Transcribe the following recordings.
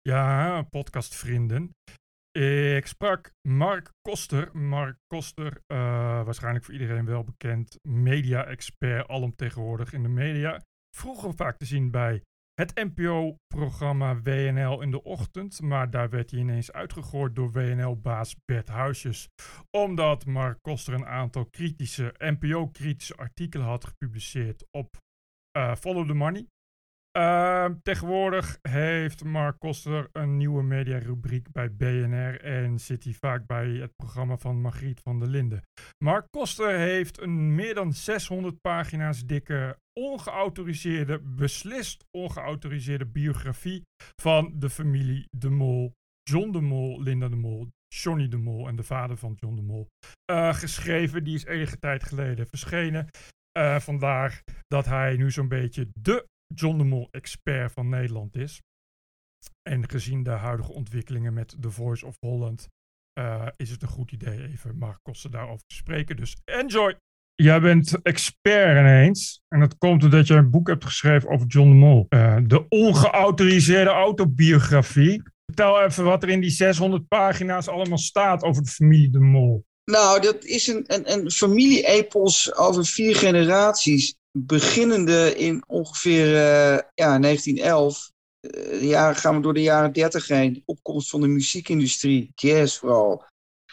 Ja, podcastvrienden. Ik sprak Mark Koster. Mark Koster, waarschijnlijk voor iedereen wel bekend, media-expert, alomtegenwoordig in de media. Vroeger vaak te zien bij het NPO-programma WNL in de ochtend, maar daar werd hij ineens uitgegooid door WNL-baas Bert Huisjes, omdat Mark Koster een aantal NPO-kritische artikelen had gepubliceerd op Follow the Money. Tegenwoordig heeft Mark Koster een nieuwe mediarubriek bij BNR en zit hij vaak bij het programma van Margriet van der Linden. Mark Koster heeft een meer dan 600 pagina's dikke, beslist ongeautoriseerde biografie van de familie De Mol, John de Mol, Linda de Mol, Johnny de Mol en de vader van John de Mol, geschreven. Die is enige tijd geleden verschenen. Vandaar dat hij nu zo'n beetje de John de Mol expert van Nederland is. En gezien de huidige ontwikkelingen met The Voice of Holland is het een goed idee even Mark Koster daarover te spreken. Dus enjoy! Jij bent expert ineens. En dat komt omdat je een boek hebt geschreven over John de Mol. De ongeautoriseerde autobiografie. Vertel even wat er in die 600 pagina's allemaal staat over de familie de Mol. Nou, dat is een familie-epos over 4 generaties. Beginnende in ongeveer 1911. Gaan we door de jaren 30 heen. De opkomst van de muziekindustrie, jazz vooral.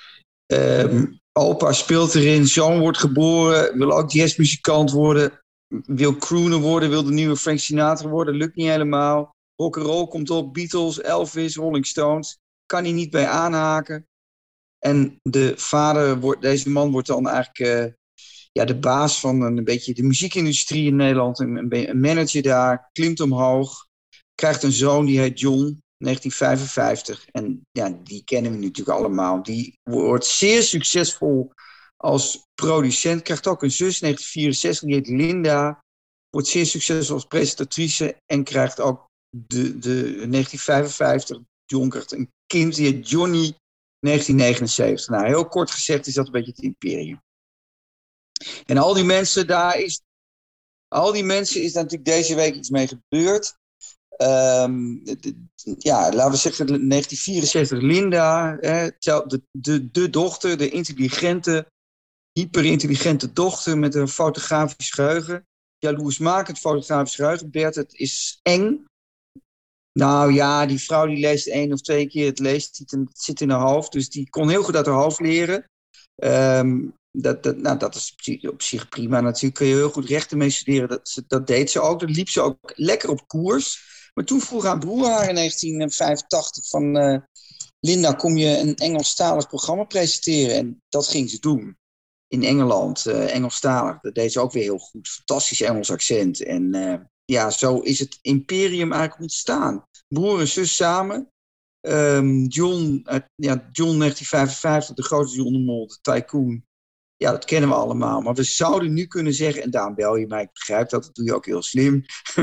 Opa speelt erin, zoon wordt geboren, wil ook jazzmuzikant worden. Wil crooner worden, wil de nieuwe Frank Sinatra worden, lukt niet helemaal. Rock'n'roll komt op, Beatles, Elvis, Rolling Stones. Kan hij niet bij aanhaken. En de vader, deze man wordt dan eigenlijk de baas van een beetje de muziekindustrie in Nederland. Een manager daar, klimt omhoog. Krijgt een zoon, die heet John, 1955. En ja, die kennen we natuurlijk allemaal. Die wordt zeer succesvol als producent. Krijgt ook een zus, 1964, die heet Linda. Wordt zeer succesvol als presentatrice. En krijgt ook de 1955, John krijgt een kind, die heet Johnny, 1979. Nou, heel kort gezegd is dat een beetje het imperium. En al die mensen is natuurlijk deze week iets mee gebeurd. Laten we zeggen 1974 Linda, de dochter, de intelligente, hyperintelligente dochter met een fotografisch geheugen. Jaloersmakend fotografisch geheugen. Bert, het is eng. Nou ja, die vrouw die leest 1 of 2 keer, het zit in haar hoofd. Dus die kon heel goed uit haar hoofd leren. Dat is op zich prima. Natuurlijk kun je heel goed rechten mee studeren. Dat deed ze ook. Dat liep ze ook lekker op koers. Maar toen vroeg haar broer haar in 1985 van... Linda, kom je een Engelstalig programma presenteren? En dat ging ze doen. In Engeland, Engelstalig. Dat deed ze ook weer heel goed. Fantastisch Engels accent. En zo is het imperium eigenlijk ontstaan. Broer en zus samen. John 1955, de grote John de Mol, de tycoon. Ja, dat kennen we allemaal. Maar we zouden nu kunnen zeggen, en daarom bel je mij, ik begrijp dat doe je ook heel slim,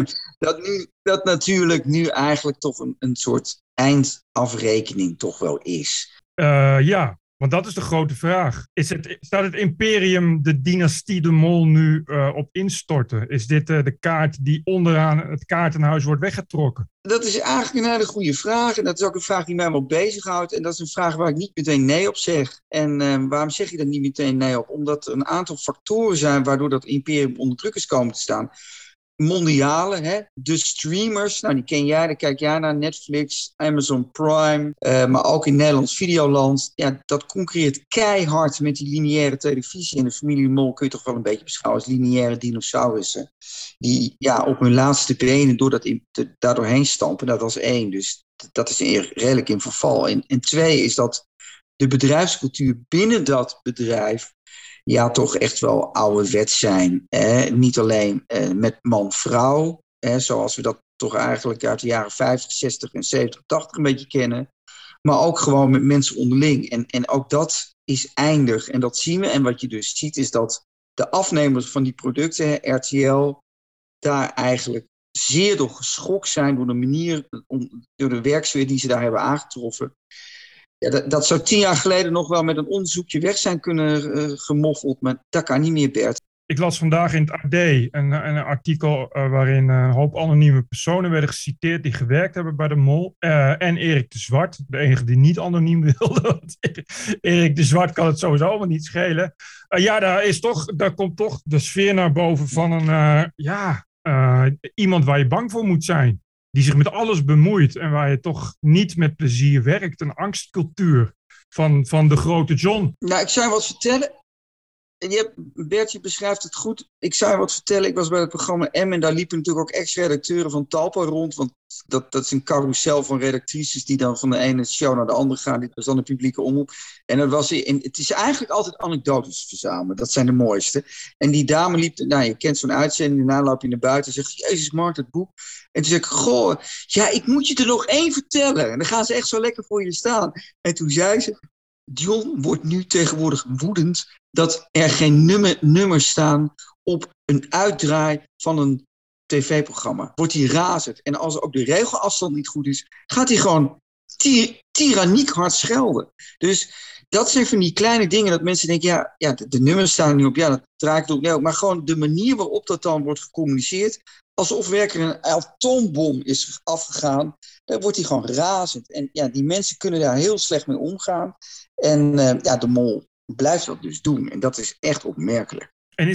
dat natuurlijk nu eigenlijk toch een soort eindafrekening toch wel is. Ja, want dat is de grote vraag. Staat het imperium, de dynastie de Mol, nu op instorten? Is dit de kaart die onderaan het kaartenhuis wordt weggetrokken? Dat is eigenlijk een hele goede vraag. En dat is ook een vraag die mij wel bezighoudt. En dat is een vraag waar ik niet meteen nee op zeg. En waarom zeg je daar niet meteen nee op? Omdat er een aantal factoren zijn waardoor dat imperium onder druk is komen te staan. Mondiale, hè? De streamers, nou die ken jij, daar kijk jij naar, Netflix, Amazon Prime, maar ook in Nederlands Videoland. Ja, dat concurreert keihard met die lineaire televisie. En de familie Mol kun je toch wel een beetje beschouwen als lineaire dinosaurussen. Die op hun laatste benen daardoorheen stampen. Dat was 1, dus dat is redelijk in verval. En 2 is dat de bedrijfscultuur binnen dat bedrijf toch echt wel ouderwets zijn. Niet alleen met man-vrouw, zoals we dat toch eigenlijk uit de jaren 50, 60 en 70, 80 een beetje kennen. Maar ook gewoon met mensen onderling. En ook dat is eindig. En dat zien we. En wat je dus ziet is dat de afnemers van die producten, RTL, daar eigenlijk zeer door geschokt zijn door de manier, door de werksfeer die ze daar hebben aangetroffen. Ja, dat zou 10 jaar geleden nog wel met een onderzoekje weg zijn kunnen gemoffeld, maar dat kan niet meer, Bert. Ik las vandaag in het AD een artikel waarin een hoop anonieme personen werden geciteerd die gewerkt hebben bij de Mol. En Erik de Zwart, de enige die niet anoniem wilde. Want Erik de Zwart kan het sowieso allemaal niet schelen. Daar komt toch de sfeer naar boven van iemand waar je bang voor moet zijn. Die zich met alles bemoeit en waar je toch niet met plezier werkt. Een angstcultuur van de grote John. Nou, ik zou je wat vertellen. Bertje beschrijft het goed. Ik zou je wat vertellen. Ik was bij het programma M en daar liepen natuurlijk ook ex-redacteuren van Talpa rond. Want dat is een carousel van redactrices die dan van de ene show naar de andere gaan. Dit was dan de publieke omroep. En het is eigenlijk altijd anekdotes verzamelen. Dat zijn de mooiste. En die dame liep, je kent zo'n uitzending. Daarna loop je naar buiten en zegt, Jezus Mark, dat boek. En toen zei ik, goh, ja, ik moet je er nog één vertellen. En dan gaan ze echt zo lekker voor je staan. En toen zei ze, John wordt nu tegenwoordig woedend dat er geen nummers staan op een uitdraai van een tv-programma. Wordt hij razend. En als ook de regelafstand niet goed is, gaat hij gewoon tyranniek hard schelden. Dus dat zijn van die kleine dingen dat mensen denken, de nummers staan er niet op. Ja, dat draai ik ook. Maar gewoon de manier waarop dat dan wordt gecommuniceerd, alsof werkelijk een atoombom is afgegaan, dan wordt hij gewoon razend. En ja, die mensen kunnen daar heel slecht mee omgaan. En de Mol blijft dat dus doen. En dat is echt opmerkelijk. En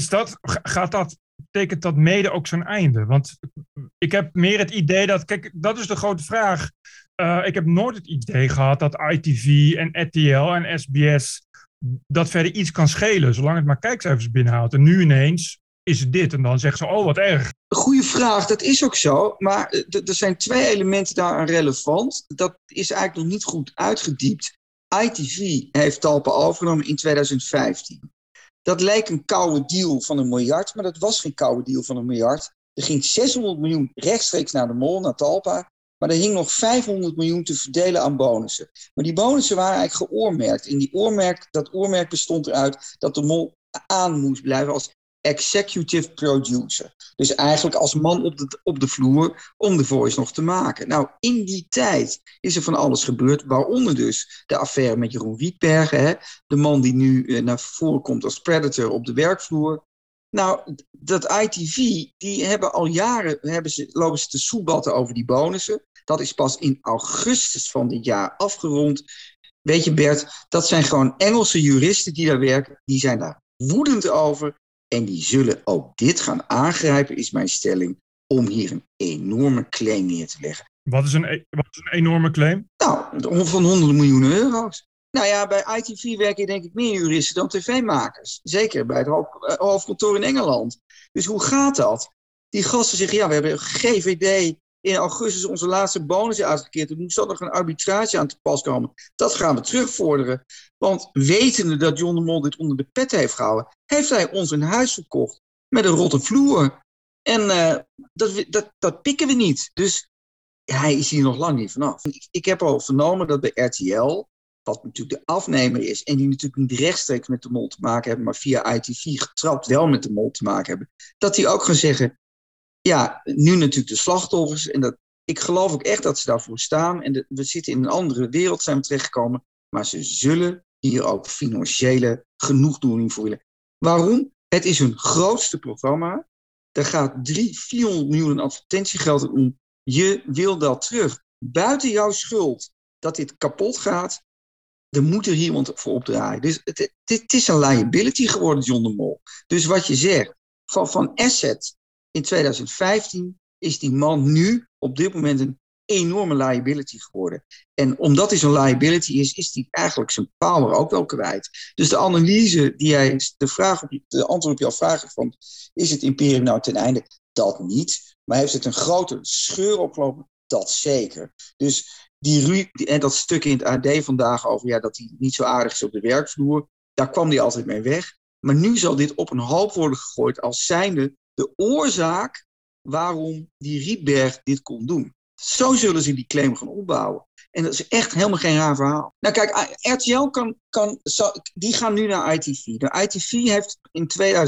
betekent dat mede ook zijn einde? Want ik heb meer het idee dat, kijk, dat is de grote vraag. Ik heb nooit het idee gehad dat ITV en RTL en SBS dat verder iets kan schelen, zolang het maar kijkcijfers binnenhaalt. En nu ineens is het dit. En dan zegt ze, oh, wat erg. Goeie vraag, dat is ook zo. Maar er zijn twee elementen daaraan relevant. Dat is eigenlijk nog niet goed uitgediept. ITV heeft Talpa overgenomen in 2015. Dat leek een koude deal van $1 miljard, maar dat was geen koude deal van $1 miljard. Er ging 600 miljoen rechtstreeks naar de Mol, naar Talpa. Maar er hing nog 500 miljoen te verdelen aan bonussen. Maar die bonussen waren eigenlijk geoormerkt. En dat oormerk bestond eruit dat de Mol aan moest blijven als executive producer. Dus eigenlijk als man op de vloer om de Voice nog te maken. Nou, in die tijd is er van alles gebeurd, waaronder dus de affaire met Jeroen Rietbergen, de man die nu naar voren komt als predator op de werkvloer. Nou, dat ITV, die hebben al jaren lopen ze te soebatten over die bonussen. Dat is pas in augustus van dit jaar afgerond. Weet je, Bert, dat zijn gewoon Engelse juristen die daar werken. Die zijn daar woedend over. En die zullen ook dit gaan aangrijpen, is mijn stelling, om hier een enorme claim neer te leggen. Wat is een enorme claim? Nou, van honderden miljoenen euro's. Nou ja, bij ITV werken denk ik meer juristen dan tv-makers. Zeker bij het hoofdkantoor in Engeland. Dus hoe gaat dat? Die gasten zeggen, we hebben GVD in augustus onze laatste bonus uitgekeerd. Er moet nog een arbitrage aan te pas komen. Dat gaan we terugvorderen. Want wetende dat John de Mol dit onder de pet heeft gehouden, heeft hij ons een huis verkocht met een rotte vloer. En dat pikken we niet. Dus hij is hier nog lang niet vanaf. Ik heb al vernomen dat bij RTL, wat natuurlijk de afnemer is, en die natuurlijk niet rechtstreeks met de Mol te maken hebben, maar via ITV getrapt wel met de Mol te maken hebben, dat die ook gaan zeggen, nu natuurlijk de slachtoffers. En ik geloof ook echt dat ze daarvoor staan. En we zitten in een andere wereld, zijn we terechtgekomen. Maar ze zullen hier ook financiële genoegdoening voor willen. Waarom? Het is hun grootste programma. Er gaat 300-400 miljoen advertentiegeld om. Je wil dat terug. Buiten jouw schuld dat dit kapot gaat, er moet er iemand voor opdraaien. Dus het is een liability geworden, John de Mol. Dus wat je zegt, van asset in 2015 is die man nu op dit moment een enorme liability geworden. En omdat hij zo'n liability is hij eigenlijk zijn power ook wel kwijt. Dus de analyse die de antwoord op jouw vraag van, is het imperium nou ten einde? Dat niet. Maar heeft het een grote scheur opgelopen? Dat zeker. Dus en dat stuk in het AD vandaag over dat hij niet zo aardig is op de werkvloer, daar kwam hij altijd mee weg. Maar nu zal dit op een hoop worden gegooid als zijnde de oorzaak waarom die Rietberg dit kon doen. Zo zullen ze die claim gaan opbouwen. En dat is echt helemaal geen raar verhaal. Nou kijk, RTL die gaan nu naar ITV. De ITV heeft in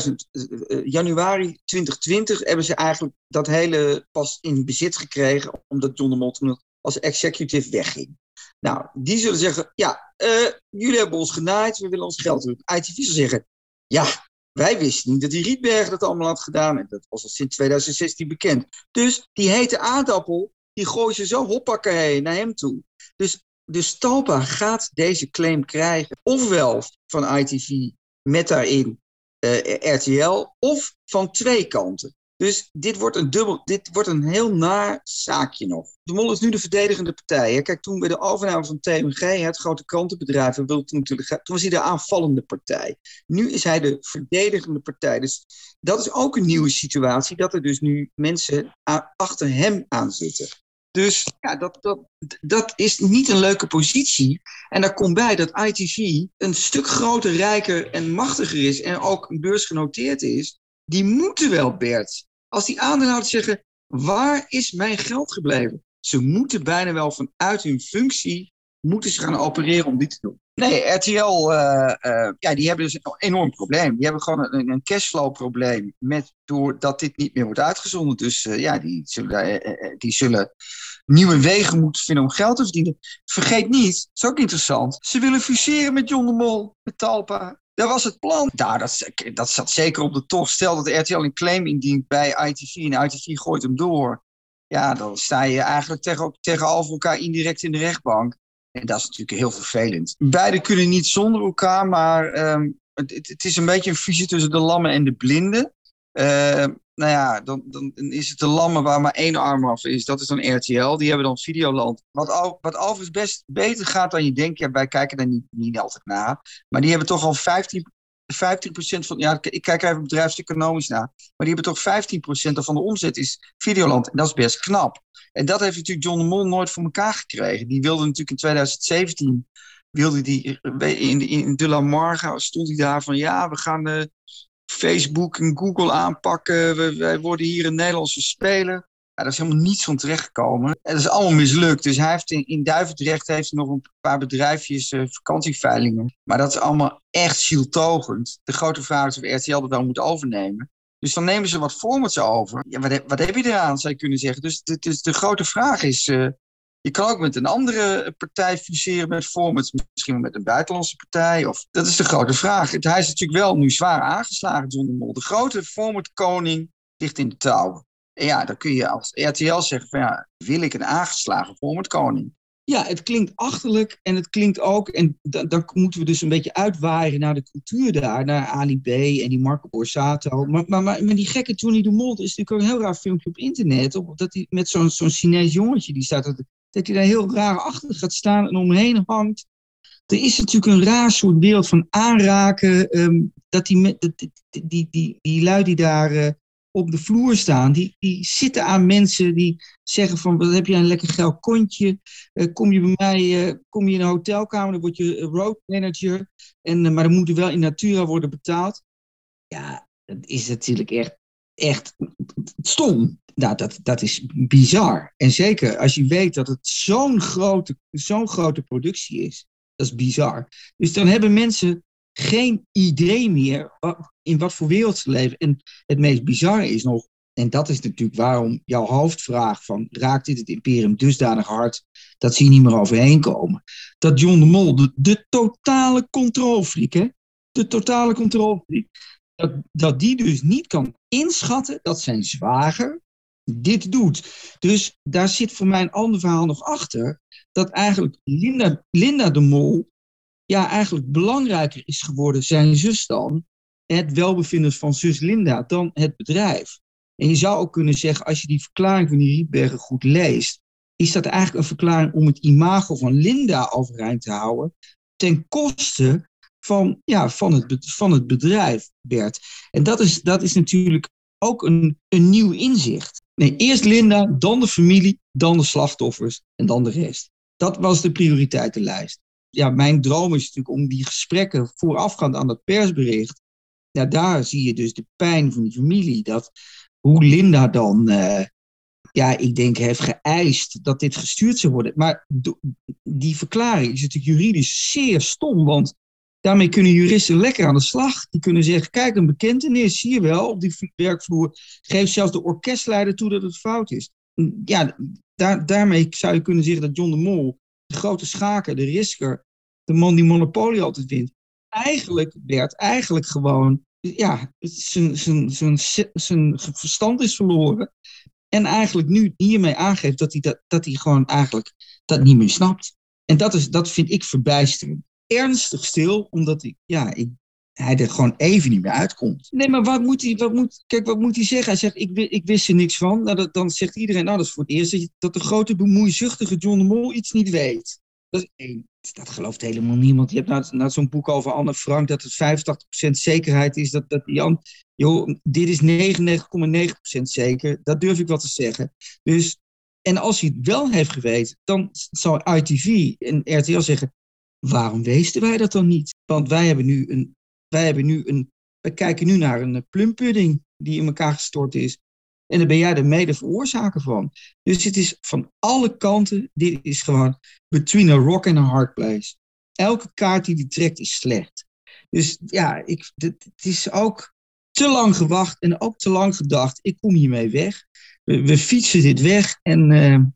januari 2020 hebben ze eigenlijk dat hele pas in bezit gekregen, omdat John de Mol toen als executive wegging. Nou, die zullen zeggen, jullie hebben ons genaaid, we willen ons geld terug. ITV zal zeggen, Wij wisten niet dat die Rietbergen dat allemaal had gedaan. En dat was al sinds 2016 bekend. Dus die hete aardappel, die gooien ze zo hoppakee naar hem toe. Dus Talpa gaat deze claim krijgen. Ofwel van ITV met daarin RTL, of van twee kanten. Dus dit wordt een heel naar zaakje nog. De Mol is nu de verdedigende partij. Hè. Kijk, toen bij de overname van TMG, het grote krantenbedrijf, toen was hij de aanvallende partij. Nu is hij de verdedigende partij. Dus dat is ook een nieuwe situatie, dat er dus nu mensen achter hem aan zitten. Dus ja, dat is niet een leuke positie. En daar komt bij dat ITV een stuk groter, rijker en machtiger is en ook beursgenoteerd is. Die moeten wel, Bert. Als die aandeelhouders zeggen, waar is mijn geld gebleven? Ze moeten bijna wel vanuit hun functie moeten ze gaan opereren om dit te doen. Nee, RTL, die hebben dus een enorm probleem. Die hebben gewoon een cashflow probleem doordat dit niet meer wordt uitgezonden. Dus die zullen nieuwe wegen moeten vinden om geld te verdienen. Vergeet niet, dat is ook interessant, ze willen fuseren met John de Mol, met Talpa. Dat was het plan. Nou, dat zat zeker op de tocht. Stel dat de RTL een claim indient bij ITV en ITV gooit hem door. Ja, dan sta je eigenlijk tegenover elkaar indirect in de rechtbank. En dat is natuurlijk heel vervelend. Beiden kunnen niet zonder elkaar, maar het is een beetje een fusie tussen de lammen en de blinden. Dan is het de lammen waar maar één arm af is. Dat is dan RTL. Die hebben dan Videoland. Wat overigens best beter gaat dan je denkt. Ja, wij kijken daar niet altijd naar. Maar die hebben toch al 15% van... Ja, ik kijk even bedrijfseconomisch naar. Maar die hebben toch 15% van de omzet is Videoland. En dat is best knap. En dat heeft natuurlijk John de Mol nooit voor elkaar gekregen. Die wilde natuurlijk in 2017... in De La Marga stond hij daar van... Ja, we gaan... Facebook en Google aanpakken. Wij worden hier een Nederlandse speler. Ja, dat is helemaal niets van terechtgekomen. En dat is allemaal mislukt. Dus hij heeft in Duivendrecht heeft hij nog een paar bedrijfjes vakantieveilingen. Maar dat is allemaal echt zieltogend. De grote vraag is of RTL dat wel moet overnemen. Dus dan nemen ze wat formats over. Ja, wat heb je eraan, zou je kunnen zeggen. Dus de grote vraag is... je kan ook met een andere partij fuseren met formats. Misschien wel met een buitenlandse partij. Dat is de grote vraag. Hij is natuurlijk wel nu zwaar aangeslagen, John de Mol. De grote formatkoning ligt in de touwen. En ja, dan kun je als RTL zeggen van ja, wil ik een aangeslagen formatkoning? Ja, het klinkt achterlijk en het klinkt ook... En dan moeten we dus een beetje uitwaaien naar de cultuur daar. Naar Ali B en die Marco Borsato. Maar die gekke Johnny de Mol is natuurlijk ook een heel raar filmpje op internet. Dat hij met zo'n Chinees jongetje die staat... Dat hij daar heel raar achter gaat staan en omheen hangt. Er is natuurlijk een raar soort beeld van aanraken. Dat die lui die daar op de vloer staan, die zitten aan mensen die zeggen van, wat heb jij een lekker geil kontje. Kom je bij mij, kom je in een hotelkamer, dan word je road manager. Maar dan moet er wel in natura worden betaald. Ja, dat is natuurlijk echt stom. Nou, dat is bizar. En zeker als je weet dat het zo'n grote productie is. Dat is bizar. Dus dan hebben mensen geen idee meer in wat voor wereld ze leven. En het meest bizarre is nog, en dat is natuurlijk waarom jouw hoofdvraag van, raakt dit het imperium dusdanig hard dat ze hier niet meer overheen komen? Dat John de Mol, de totale controlfreak, hè? De totale controlfreak, dat die dus niet kan inschatten dat zijn zwager dit doet. Dus daar zit voor mij een ander verhaal nog achter. Dat eigenlijk Linda de Mol eigenlijk belangrijker is geworden, zijn zus dan, het welbevinden van zus Linda, dan het bedrijf. En je zou ook kunnen zeggen, als je die verklaring van die Rietbergen goed leest, is dat eigenlijk een verklaring om het imago van Linda overeind te houden, ten koste van het bedrijf, Bert. En dat is natuurlijk ook een nieuw inzicht. Nee, eerst Linda, dan de familie, dan de slachtoffers en dan de rest. Dat was de prioriteitenlijst. Ja, mijn droom is natuurlijk om die gesprekken voorafgaand aan dat persbericht. Ja, daar zie je dus de pijn van die familie. Hoe Linda dan, ik denk, heeft geëist dat dit gestuurd zou worden. Maar die verklaring is natuurlijk juridisch zeer stom, want daarmee kunnen juristen lekker aan de slag. Die kunnen zeggen, kijk, een bekentenis, zie je wel, op die werkvloer. Geeft zelfs de orkestleider toe dat het fout is. Ja, daarmee zou je kunnen zeggen dat John de Mol, de grote schaker, de risker, de man die Monopoly altijd wint, eigenlijk gewoon ja, zijn verstand is verloren. En eigenlijk nu hiermee aangeeft dat hij gewoon eigenlijk dat niet meer snapt. En dat vind ik verbijsterend. Ernstig stil, omdat hij er gewoon even niet meer uitkomt. Nee, maar wat moet hij zeggen? Hij zegt, ik wist er niks van. Nou, dan zegt iedereen, nou, dat is voor het eerst dat de grote bemoeizuchtige John de Mol iets niet weet. Dat is één. Dat gelooft helemaal niemand. Je hebt nou zo'n boek over Anne Frank, dat het 85% zekerheid is dat Jan... Joh, dit is 99,9% zeker. Dat durf ik wel te zeggen. Dus, en als hij het wel heeft geweten, dan zal ITV en RTL zeggen, waarom wisten wij dat dan niet? Want we kijken nu naar een plumpudding die in elkaar gestort is. En daar ben jij de mede veroorzaker van. Dus het is van alle kanten, dit is gewoon between a rock and a hard place. Elke kaart die trekt is slecht. Dus ja, het is ook te lang gewacht en ook te lang gedacht. Ik kom hiermee weg. We fietsen dit weg en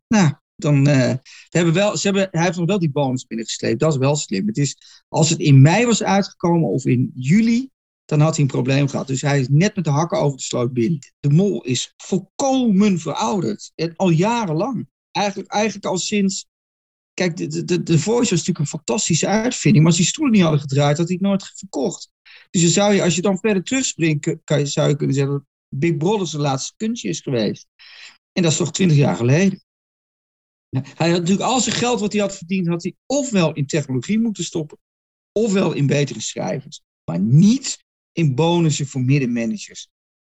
hij heeft nog wel die bonus binnengesleept. Dat is wel slim. Het is, als het in mei was uitgekomen of in juli, dan had hij een probleem gehad. Dus hij is net met de hakken over de sloot binnen. De Mol is volkomen verouderd. En al jarenlang. Eigenlijk al sinds... Kijk, de Voice was natuurlijk een fantastische uitvinding. Maar als die stoelen niet hadden gedraaid, had hij het nooit verkocht. Dus dan zou je, als je dan verder terugspringt, zou je kunnen zeggen dat Big Brother zijn laatste kunstje is geweest. En dat is toch 20 jaar geleden. Hij had natuurlijk al zijn geld wat hij had verdiend, had hij ofwel in technologie moeten stoppen, ofwel in betere schrijvers. Maar niet in bonussen voor middenmanagers.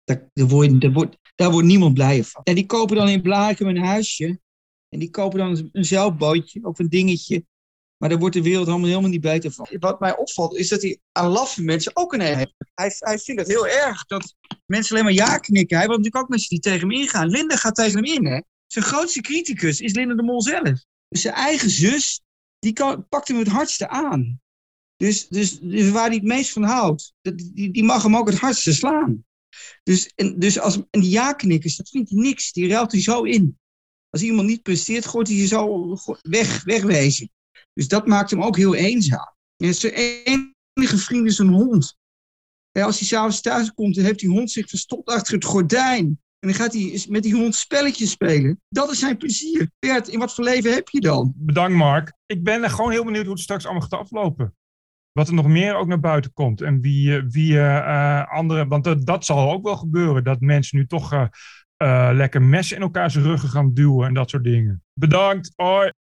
Daar wordt niemand blij van. En die kopen dan in Blarikum een huisje. En die kopen dan een zeilbootje of een dingetje. Maar daar wordt de wereld helemaal niet beter van. Wat mij opvalt is dat hij aan laffe mensen ook een heeft. Hij vindt het heel erg dat mensen alleen maar ja knikken. Hij wil natuurlijk ook mensen die tegen hem ingaan. Linda gaat tegen hem in, hè. Zijn grootste criticus is Linda de Mol zelf. Dus zijn eigen zus, pakt hem het hardste aan. Dus waar hij het meest van houdt, die mag hem ook het hardste slaan. En die ja-knikkers, dat vindt hij niks. Die ruilt hij zo in. Als iemand niet presteert, gooit hij je zo wegwezen. Dus dat maakt hem ook heel eenzaam. En zijn enige vriend is een hond. En als hij s'avonds thuis komt, dan heeft die hond zich verstopt achter het gordijn. En dan gaat hij met die hond spelletjes spelen. Dat is zijn plezier. Bert, in wat voor leven heb je dan? Bedankt, Mark. Ik ben gewoon heel benieuwd hoe het straks allemaal gaat aflopen. Wat er nog meer ook naar buiten komt. En wie anderen... Want dat zal ook wel gebeuren. Dat mensen nu toch lekker messen in elkaars ruggen gaan duwen. En dat soort dingen. Bedankt. Hoi.